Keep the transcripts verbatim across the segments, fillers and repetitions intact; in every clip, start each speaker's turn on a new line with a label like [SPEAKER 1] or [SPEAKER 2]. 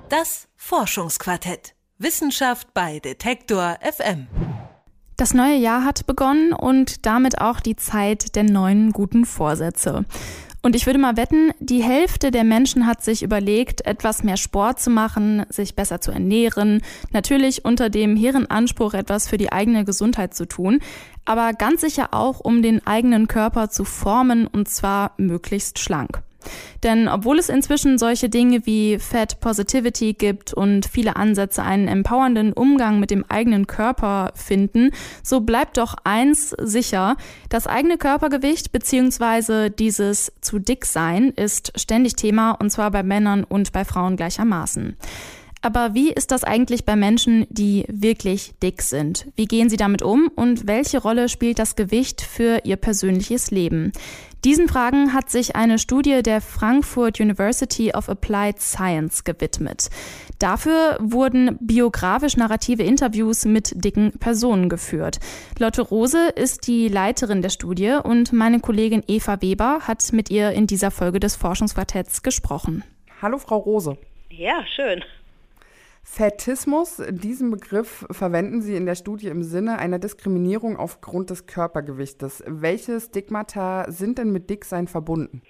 [SPEAKER 1] Das Forschungsquartett. Wissenschaft bei Detektor F M.
[SPEAKER 2] Das neue Jahr hat begonnen und damit auch die Zeit der neuen guten Vorsätze. Und ich würde mal wetten, die Hälfte der Menschen hat sich überlegt, etwas mehr Sport zu machen, sich besser zu ernähren, natürlich unter dem hehren Anspruch, etwas für die eigene Gesundheit zu tun, aber ganz sicher auch, um den eigenen Körper zu formen und zwar möglichst schlank. Denn obwohl es inzwischen solche Dinge wie Fat Positivity gibt und viele Ansätze einen empowernden Umgang mit dem eigenen Körper finden, so bleibt doch eins sicher: Das eigene Körpergewicht bzw. dieses zu dick sein ist ständig Thema, und zwar bei Männern und bei Frauen gleichermaßen. Aber wie ist das eigentlich bei Menschen, die wirklich dick sind? Wie gehen sie damit um und welche Rolle spielt das Gewicht für ihr persönliches Leben? Diesen Fragen hat sich eine Studie der Frankfurt University of Applied Science gewidmet. Dafür wurden biografisch-narrative Interviews mit dicken Personen geführt. Lotte Rose ist die Leiterin der Studie und meine Kollegin Eva Weber hat mit ihr in dieser Folge des Forschungsquartetts gesprochen.
[SPEAKER 3] Hallo Frau Rose.
[SPEAKER 4] Ja, schön.
[SPEAKER 3] Fettismus, diesen Begriff verwenden Sie in der Studie im Sinne einer Diskriminierung aufgrund des Körpergewichtes. Welche Stigmata sind denn mit Dicksein verbunden?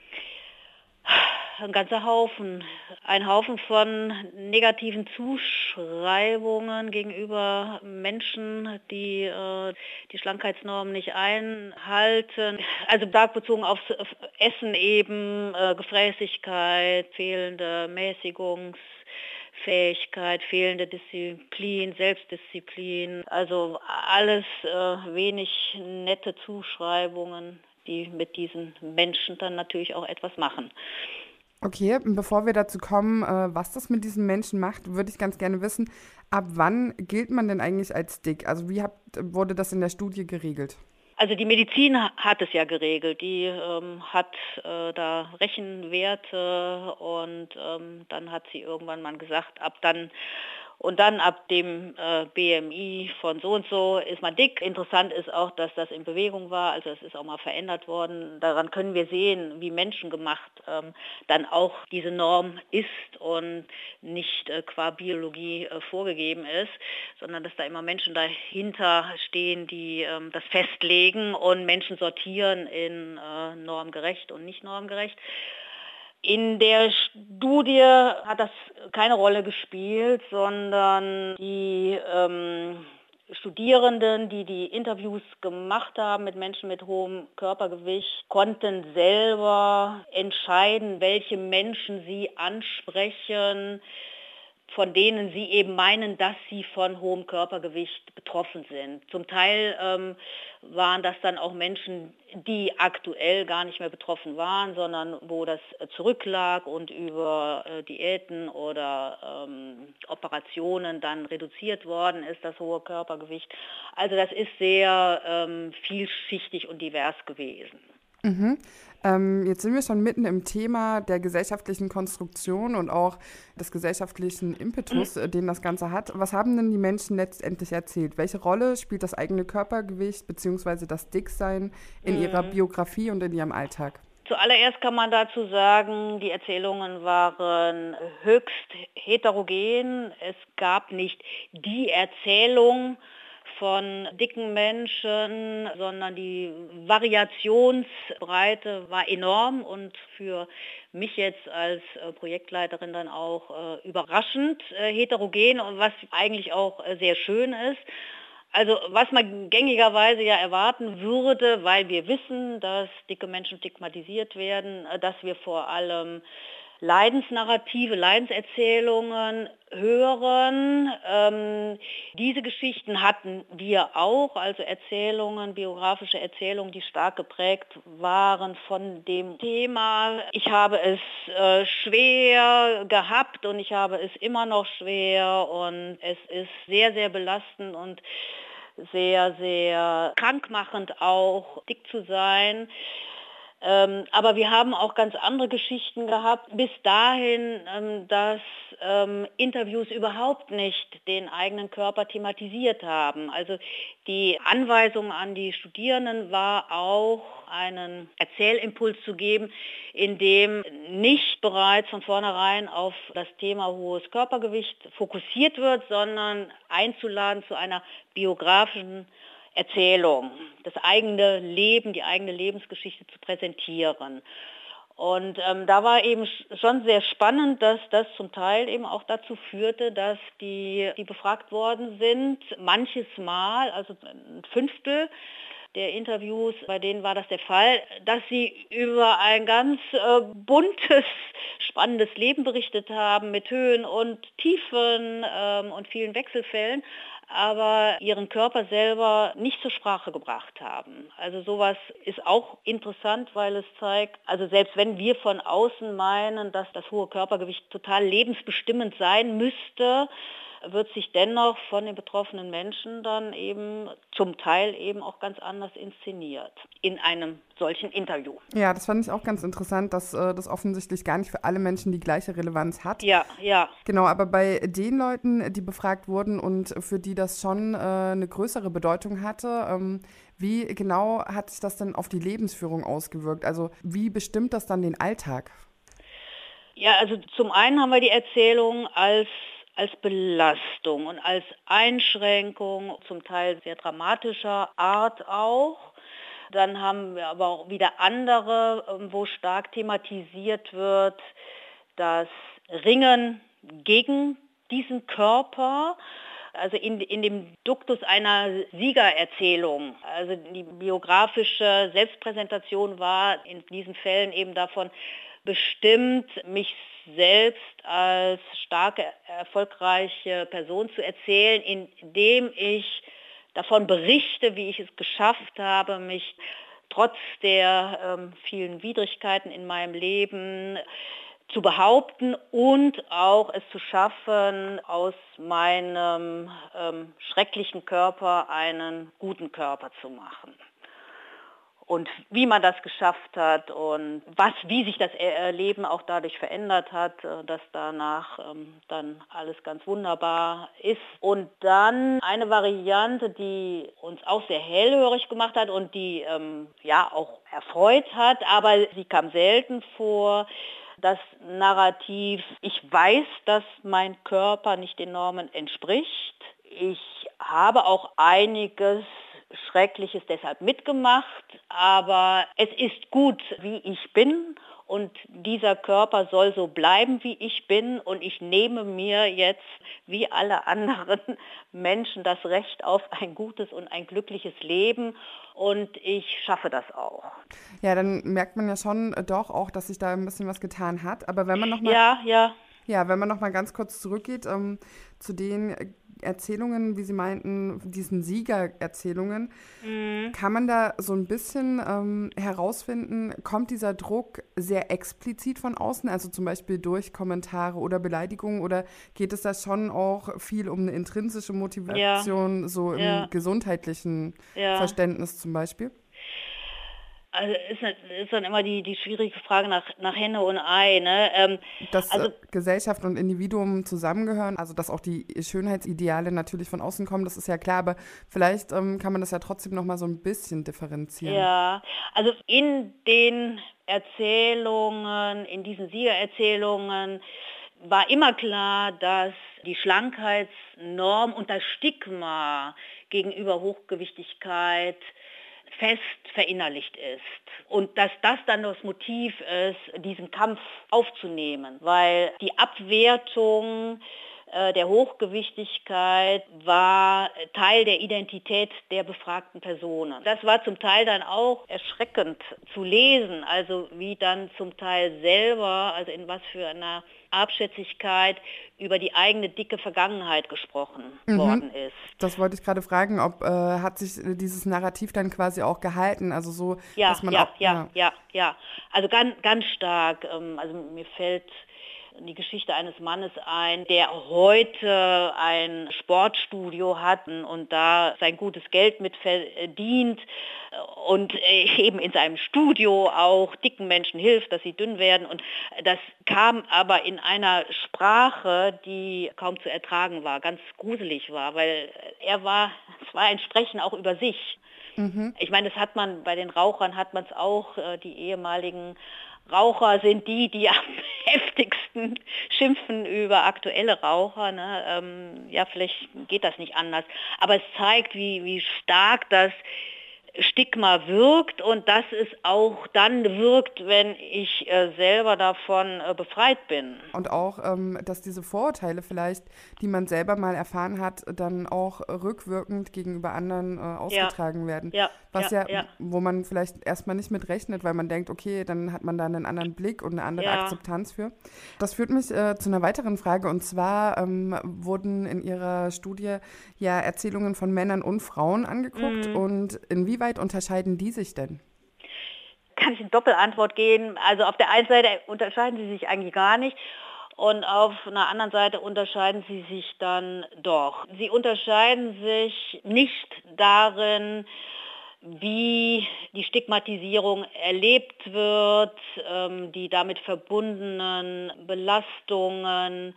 [SPEAKER 4] Ein ganzer Haufen. Ein Haufen von negativen Zuschreibungen gegenüber Menschen, die äh, die Schlankheitsnormen nicht einhalten. Also stark bezogen aufs Essen eben, äh, Gefräßigkeit, fehlende Mäßigungs- Fähigkeit, fehlende Disziplin, Selbstdisziplin, also alles äh, wenig nette Zuschreibungen, die mit diesen Menschen dann natürlich auch etwas machen.
[SPEAKER 3] Okay, bevor wir dazu kommen, äh, was das mit diesen Menschen macht, würde ich ganz gerne wissen, ab wann gilt man denn eigentlich als dick? Also wie habt, wurde das in der Studie geregelt?
[SPEAKER 4] Also die Medizin hat es ja geregelt, die ähm, hat äh, da Rechenwerte und ähm, dann hat sie irgendwann mal gesagt, ab dann und dann ab dem äh, B M I von so und so ist man dick. Interessant ist auch, dass das in Bewegung war, also es ist auch mal verändert worden. Daran können wir sehen, wie menschengemacht ähm, dann auch diese Norm ist und nicht äh, qua Biologie äh, vorgegeben ist, sondern dass da immer Menschen dahinter stehen, die ähm, das festlegen und Menschen sortieren in äh, normgerecht und nicht normgerecht. In der Studie hat das keine Rolle gespielt, sondern die ähm, Studierenden, die die Interviews gemacht haben mit Menschen mit hohem Körpergewicht, konnten selber entscheiden, welche Menschen sie ansprechen, von denen sie eben meinen, dass sie von hohem Körpergewicht betroffen sind. Zum Teil ähm, waren das dann auch Menschen, die aktuell gar nicht mehr betroffen waren, sondern wo das zurücklag und über äh, Diäten oder ähm, Operationen dann reduziert worden ist, das hohe Körpergewicht. Also das ist sehr ähm, vielschichtig und divers gewesen.
[SPEAKER 3] Mhm. Ähm, jetzt sind wir schon mitten im Thema der gesellschaftlichen Konstruktion und auch des gesellschaftlichen Impetus, äh, den das Ganze hat. Was haben denn die Menschen letztendlich erzählt? Welche Rolle spielt das eigene Körpergewicht bzw. das Dicksein in mhm. ihrer Biografie und in ihrem Alltag?
[SPEAKER 4] Zuallererst kann man dazu sagen, die Erzählungen waren höchst heterogen. Es gab nicht die Erzählung von dicken Menschen, sondern die Variationsbreite war enorm und für mich jetzt als äh, Projektleiterin dann auch äh, überraschend äh, heterogen und was eigentlich auch äh, sehr schön ist. Also was man gängigerweise ja erwarten würde, weil wir wissen, dass dicke Menschen stigmatisiert werden, äh, dass wir vor allem Leidensnarrative, Leidenserzählungen hören. Ähm, diese Geschichten hatten wir auch, also Erzählungen, biografische Erzählungen, die stark geprägt waren von dem Thema. Ich habe es äh, schwer gehabt und ich habe es immer noch schwer und es ist sehr, sehr belastend und sehr, sehr krankmachend auch, dick zu sein. Ähm, aber wir haben auch ganz andere Geschichten gehabt, bis dahin, ähm, dass ähm, Interviews überhaupt nicht den eigenen Körper thematisiert haben. Also die Anweisung an die Studierenden war auch, einen Erzählimpuls zu geben, in dem nicht bereits von vornherein auf das Thema hohes Körpergewicht fokussiert wird, sondern einzuladen zu einer biografischen Erzählung, das eigene Leben, die eigene Lebensgeschichte zu präsentieren. Und ähm, da war eben schon sehr spannend, dass das zum Teil eben auch dazu führte, dass die, die befragt worden sind, manches Mal, also ein Fünftel der Interviews, bei denen war das der Fall, dass sie über ein ganz äh, buntes, spannendes Leben berichtet haben mit Höhen und Tiefen ähm, und vielen Wechselfällen, aber ihren Körper selber nicht zur Sprache gebracht haben. Also sowas ist auch interessant, weil es zeigt, also selbst wenn wir von außen meinen, dass das hohe Körpergewicht total lebensbestimmend sein müsste, wird sich dennoch von den betroffenen Menschen dann eben zum Teil eben auch ganz anders inszeniert in einem solchen Interview.
[SPEAKER 3] Ja, das fand ich auch ganz interessant, dass äh, das offensichtlich gar nicht für alle Menschen die gleiche Relevanz hat.
[SPEAKER 4] Ja, ja.
[SPEAKER 3] Genau, aber bei den Leuten, die befragt wurden und für die das schon äh, eine größere Bedeutung hatte, ähm, wie genau hat sich das denn auf die Lebensführung ausgewirkt? Also wie bestimmt das dann den Alltag?
[SPEAKER 4] Ja, also zum einen haben wir die Erzählung als als Belastung und als Einschränkung, zum Teil sehr dramatischer Art auch. Dann haben wir aber auch wieder andere, wo stark thematisiert wird, das Ringen gegen diesen Körper, also in, in dem Duktus einer Siegererzählung. Also die biografische Selbstpräsentation war in diesen Fällen eben davon bestimmt, mich selbst als starke, erfolgreiche Person zu erzählen, indem ich davon berichte, wie ich es geschafft habe, mich trotz der ähm, vielen Widrigkeiten in meinem Leben zu behaupten und auch es zu schaffen, aus meinem ähm, schrecklichen Körper einen guten Körper zu machen. Und wie man das geschafft hat und was, wie sich das Leben auch dadurch verändert hat, dass danach ähm, dann alles ganz wunderbar ist. Und dann eine Variante, die uns auch sehr hellhörig gemacht hat und die ähm, ja auch erfreut hat, aber sie kam selten vor, das Narrativ, ich weiß, dass mein Körper nicht den Normen entspricht. Ich habe auch einiges Schreckliches deshalb mitgemacht, aber es ist gut, wie ich bin und dieser Körper soll so bleiben, wie ich bin und ich nehme mir jetzt, wie alle anderen Menschen, das Recht auf ein gutes und ein glückliches Leben und ich schaffe das auch.
[SPEAKER 3] Ja, dann merkt man ja schon doch auch, dass sich da ein bisschen was getan hat, aber wenn man noch mal
[SPEAKER 4] Ja, ja.
[SPEAKER 3] Ja, wenn man noch mal ganz kurz zurückgeht ähm, zu den Erzählungen, wie Sie meinten, diesen Siegererzählungen, mhm. kann man da so ein bisschen ähm, herausfinden, kommt dieser Druck sehr explizit von außen, also zum Beispiel durch Kommentare oder Beleidigungen, oder geht es da schon auch viel um eine intrinsische Motivation, ja. so im ja. gesundheitlichen ja. Verständnis zum Beispiel?
[SPEAKER 4] Also ist, ist dann immer die, die schwierige Frage nach, nach Henne und Ei. Ne? Ähm,
[SPEAKER 3] dass
[SPEAKER 4] also,
[SPEAKER 3] äh, Gesellschaft und Individuum zusammengehören, also dass auch die Schönheitsideale natürlich von außen kommen, das ist ja klar, aber vielleicht ähm, kann man das ja trotzdem noch mal so ein bisschen differenzieren.
[SPEAKER 4] Ja, also in den Erzählungen, in diesen Siegererzählungen war immer klar, dass die Schlankheitsnorm und das Stigma gegenüber Hochgewichtigkeit fest verinnerlicht ist und dass das dann das Motiv ist, diesen Kampf aufzunehmen, weil die Abwertung äh, der Hochgewichtigkeit war Teil der Identität der befragten Personen. Das war zum Teil dann auch erschreckend zu lesen, also wie dann zum Teil selber, also in was für einer Abschätzigkeit über die eigene dicke Vergangenheit gesprochen mhm. worden ist.
[SPEAKER 3] Das wollte ich gerade fragen, ob äh, hat sich dieses Narrativ dann quasi auch gehalten, also so,
[SPEAKER 4] ja,
[SPEAKER 3] dass man
[SPEAKER 4] ja,
[SPEAKER 3] auch...
[SPEAKER 4] Ja, ja, ja, ja, also ganz, ganz stark, ähm, also mir fällt die Geschichte eines Mannes ein, der heute ein Sportstudio hat und da sein gutes Geld mit verdient und eben in seinem Studio auch dicken Menschen hilft, dass sie dünn werden. Und das kam aber in einer Sprache, die kaum zu ertragen war, ganz gruselig war, weil er war, es war ein Sprechen auch über sich. Mhm. Ich meine, das hat man bei den Rauchern, hat man es auch, die ehemaligen Raucher sind die, die am heftigsten schimpfen über aktuelle Raucher. Ne? Ähm, ja, vielleicht geht das nicht anders. Aber es zeigt, wie, wie stark das Stigma wirkt und dass es auch dann wirkt, wenn ich äh, selber davon äh, befreit bin.
[SPEAKER 3] Und auch, ähm, dass diese Vorurteile vielleicht, die man selber mal erfahren hat, dann auch rückwirkend gegenüber anderen äh, ausgetragen ja. werden. Ja. Was ja, ja, ja, wo man vielleicht erstmal nicht mit rechnet, weil man denkt, okay, dann hat man da einen anderen Blick und eine andere ja. Akzeptanz für. Das führt mich äh, zu einer weiteren Frage und zwar ähm, wurden in Ihrer Studie ja Erzählungen von Männern und Frauen angeguckt mhm. und inwieweit unterscheiden die sich denn?
[SPEAKER 4] Kann ich in Doppelantwort gehen? Also auf der einen Seite unterscheiden sie sich eigentlich gar nicht. Und auf einer anderen Seite unterscheiden sie sich dann doch. Sie unterscheiden sich nicht darin, wie die Stigmatisierung erlebt wird, ähm, die damit verbundenen Belastungen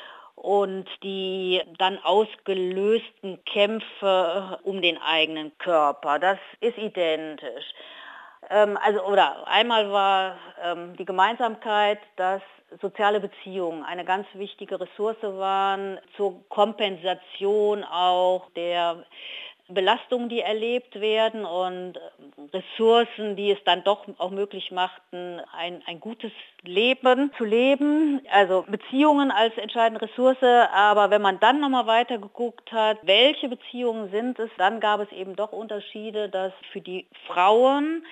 [SPEAKER 4] und die dann ausgelösten Kämpfe um den eigenen Körper. Das ist identisch. Ähm, also, oder einmal war ähm, die Gemeinsamkeit, dass soziale Beziehungen eine ganz wichtige Ressource waren zur Kompensation auch der Belastungen, die erlebt werden und Ressourcen, die es dann doch auch möglich machten, ein, ein gutes Leben zu leben. Also Beziehungen als entscheidende Ressource, aber wenn man dann nochmal weiter geguckt hat, welche Beziehungen sind es, dann gab es eben doch Unterschiede, dass für die Frauen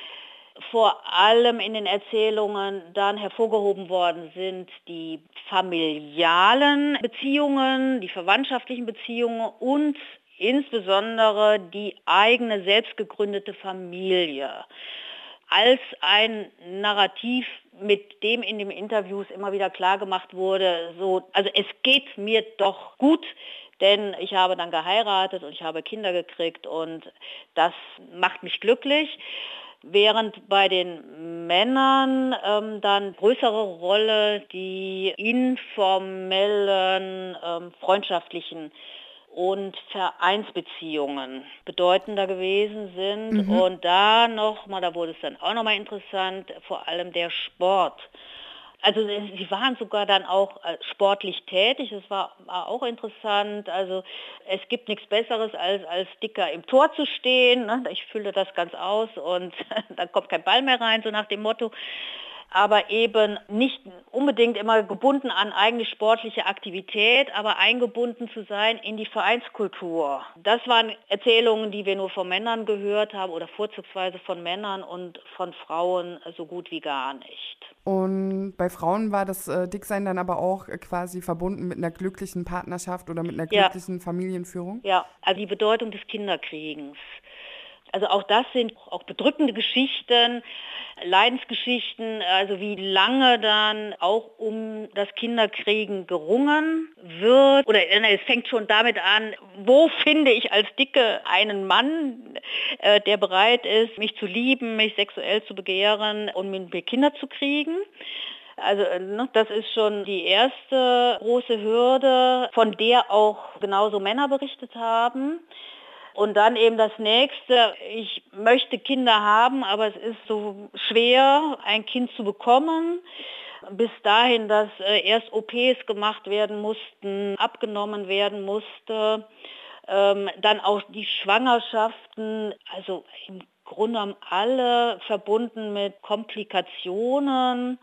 [SPEAKER 4] vor allem in den Erzählungen dann hervorgehoben worden sind die familialen Beziehungen, die verwandtschaftlichen Beziehungen und insbesondere die eigene selbst gegründete Familie als ein Narrativ, mit dem in den Interviews immer wieder klargemacht wurde, so, also es geht mir doch gut, denn ich habe dann geheiratet und ich habe Kinder gekriegt und das macht mich glücklich. Während bei den Männern ähm, dann größere Rolle die informellen, ähm, freundschaftlichen und Vereinsbeziehungen bedeutender gewesen sind. Mhm. Und da nochmal, da wurde es dann auch nochmal interessant, vor allem der Sport. Also sie waren sogar dann auch sportlich tätig, das war, war auch interessant. Also es gibt nichts Besseres, als als Dicker im Tor zu stehen. Ne? Ich fülle das ganz aus und dann kommt kein Ball mehr rein, so nach dem Motto. Aber eben nicht unbedingt immer gebunden an eigene sportliche Aktivität, aber eingebunden zu sein in die Vereinskultur. Das waren Erzählungen, die wir nur von Männern gehört haben oder vorzugsweise von Männern und von Frauen so gut wie gar nicht.
[SPEAKER 3] Und bei Frauen war das äh, Dicksein dann aber auch äh, quasi verbunden mit einer glücklichen Partnerschaft oder mit einer glücklichen ja. Familienführung?
[SPEAKER 4] Ja, also die Bedeutung des Kinderkriegens. Also auch das sind auch bedrückende Geschichten, Leidensgeschichten, also wie lange dann auch um das Kinderkriegen gerungen wird. Oder es fängt schon damit an, wo finde ich als Dicke einen Mann, äh, der bereit ist, mich zu lieben, mich sexuell zu begehren und mit mir Kinder zu kriegen. Also ne, das ist schon die erste große Hürde, von der auch genauso Männer berichtet haben. Und dann eben das nächste, ich möchte Kinder haben, aber es ist so schwer, ein Kind zu bekommen. Bis dahin, dass äh, erst O Ps gemacht werden mussten, abgenommen werden musste. Ähm, dann auch die Schwangerschaften, also im Grunde genommen alle verbunden mit Komplikationen.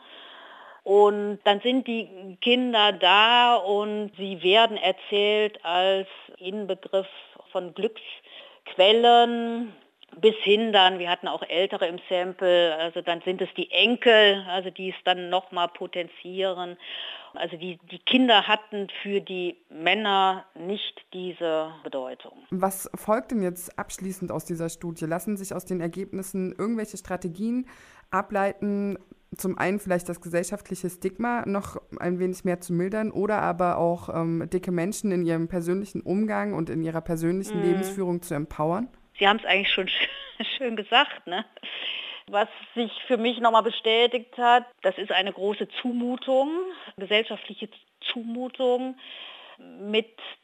[SPEAKER 4] Und dann sind die Kinder da und sie werden erzählt als Inbegriff von Glücksquellen bis hin dann, wir hatten auch Ältere im Sample, also dann sind es die Enkel, also die es dann nochmal potenzieren. Also die, die Kinder hatten für die Männer nicht diese Bedeutung.
[SPEAKER 3] Was folgt denn jetzt abschließend aus dieser Studie? Lassen sich aus den Ergebnissen irgendwelche Strategien ableiten, zum einen vielleicht das gesellschaftliche Stigma noch ein wenig mehr zu mildern oder aber auch ähm, dicke Menschen in ihrem persönlichen Umgang und in ihrer persönlichen mm. Lebensführung zu empowern?
[SPEAKER 4] Sie haben es eigentlich schon schön gesagt, ne? Was sich für mich nochmal bestätigt hat, das ist eine große Zumutung, gesellschaftliche Zumutung, mit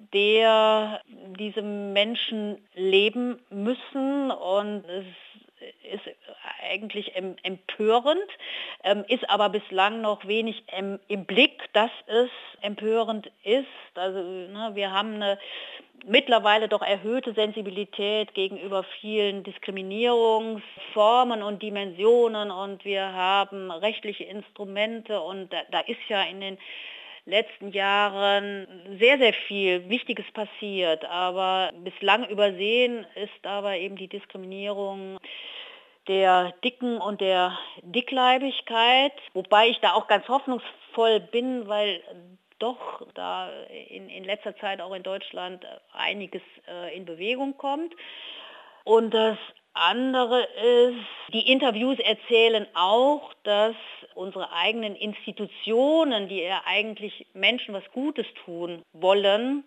[SPEAKER 4] der diese Menschen leben müssen, und es ist eigentlich empörend, ist aber bislang noch wenig im Blick, dass es empörend ist. Also ne, wir haben eine mittlerweile doch erhöhte Sensibilität gegenüber vielen Diskriminierungsformen und Dimensionen, und wir haben rechtliche Instrumente, und da, da ist ja in den letzten Jahren sehr, sehr viel Wichtiges passiert, aber bislang übersehen ist aber eben die Diskriminierung der Dicken und der Dickleibigkeit, wobei ich da auch ganz hoffnungsvoll bin, weil doch da in, in letzter Zeit auch in Deutschland einiges äh, in Bewegung kommt. Und das andere ist, die Interviews erzählen auch, dass unsere eigenen Institutionen, die ja eigentlich Menschen was Gutes tun wollen,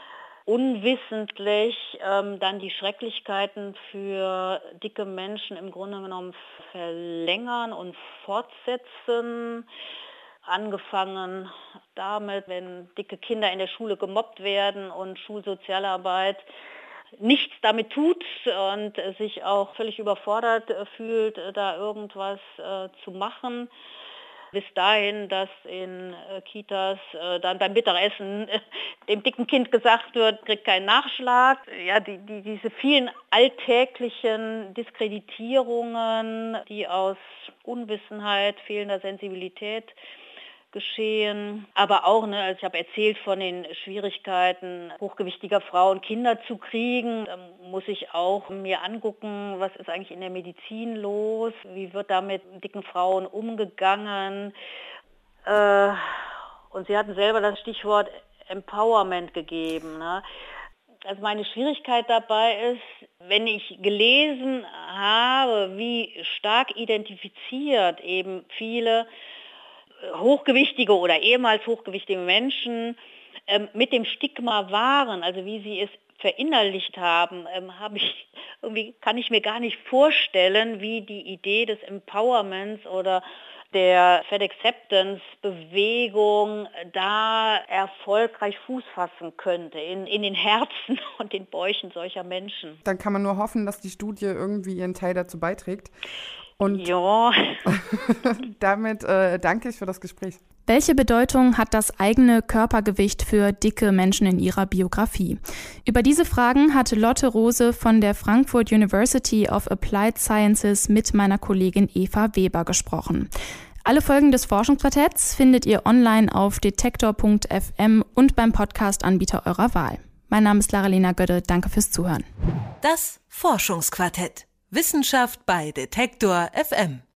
[SPEAKER 4] unwissentlich ähm, dann die Schrecklichkeiten für dicke Menschen im Grunde genommen verlängern und fortsetzen. Angefangen damit, wenn dicke Kinder in der Schule gemobbt werden und Schulsozialarbeit nichts damit tut und sich auch völlig überfordert fühlt, da irgendwas äh, zu machen. Bis dahin, dass in äh, Kitas äh, dann beim Mittagessen äh, dem dicken Kind gesagt wird, kriegt keinen Nachschlag. Ja, die, die, diese vielen alltäglichen Diskreditierungen, die aus Unwissenheit, fehlender Sensibilität geschehen, aber auch, ne, also ich habe erzählt von den Schwierigkeiten hochgewichtiger Frauen Kinder zu kriegen. Da muss ich auch mir angucken, was ist eigentlich in der Medizin los, wie wird da mit dicken Frauen umgegangen. Äh, und Sie hatten selber das Stichwort Empowerment gegeben, ne? Also meine Schwierigkeit dabei ist, wenn ich gelesen habe, wie stark identifiziert eben viele hochgewichtige oder ehemals hochgewichtige Menschen ähm, mit dem Stigma waren, also wie sie es verinnerlicht haben, ähm, habe ich irgendwie kann ich mir gar nicht vorstellen, wie die Idee des Empowerments oder der Fat Acceptance Bewegung da erfolgreich Fuß fassen könnte in, in den Herzen und den Bäuchen solcher Menschen.
[SPEAKER 3] Dann kann man nur hoffen, dass die Studie irgendwie ihren Teil dazu beiträgt. Und
[SPEAKER 4] ja.
[SPEAKER 3] damit äh, danke ich für das Gespräch.
[SPEAKER 2] Welche Bedeutung hat das eigene Körpergewicht für dicke Menschen in ihrer Biografie? Über diese Fragen hat Lotte Rose von der Frankfurt University of Applied Sciences mit meiner Kollegin Eva Weber gesprochen. Alle Folgen des Forschungsquartetts findet ihr online auf detektor punkt f m und beim Podcast-Anbieter eurer Wahl. Mein Name ist Lara-Lena Gödde. Danke fürs Zuhören.
[SPEAKER 1] Das Forschungsquartett. Wissenschaft bei Detektor F M.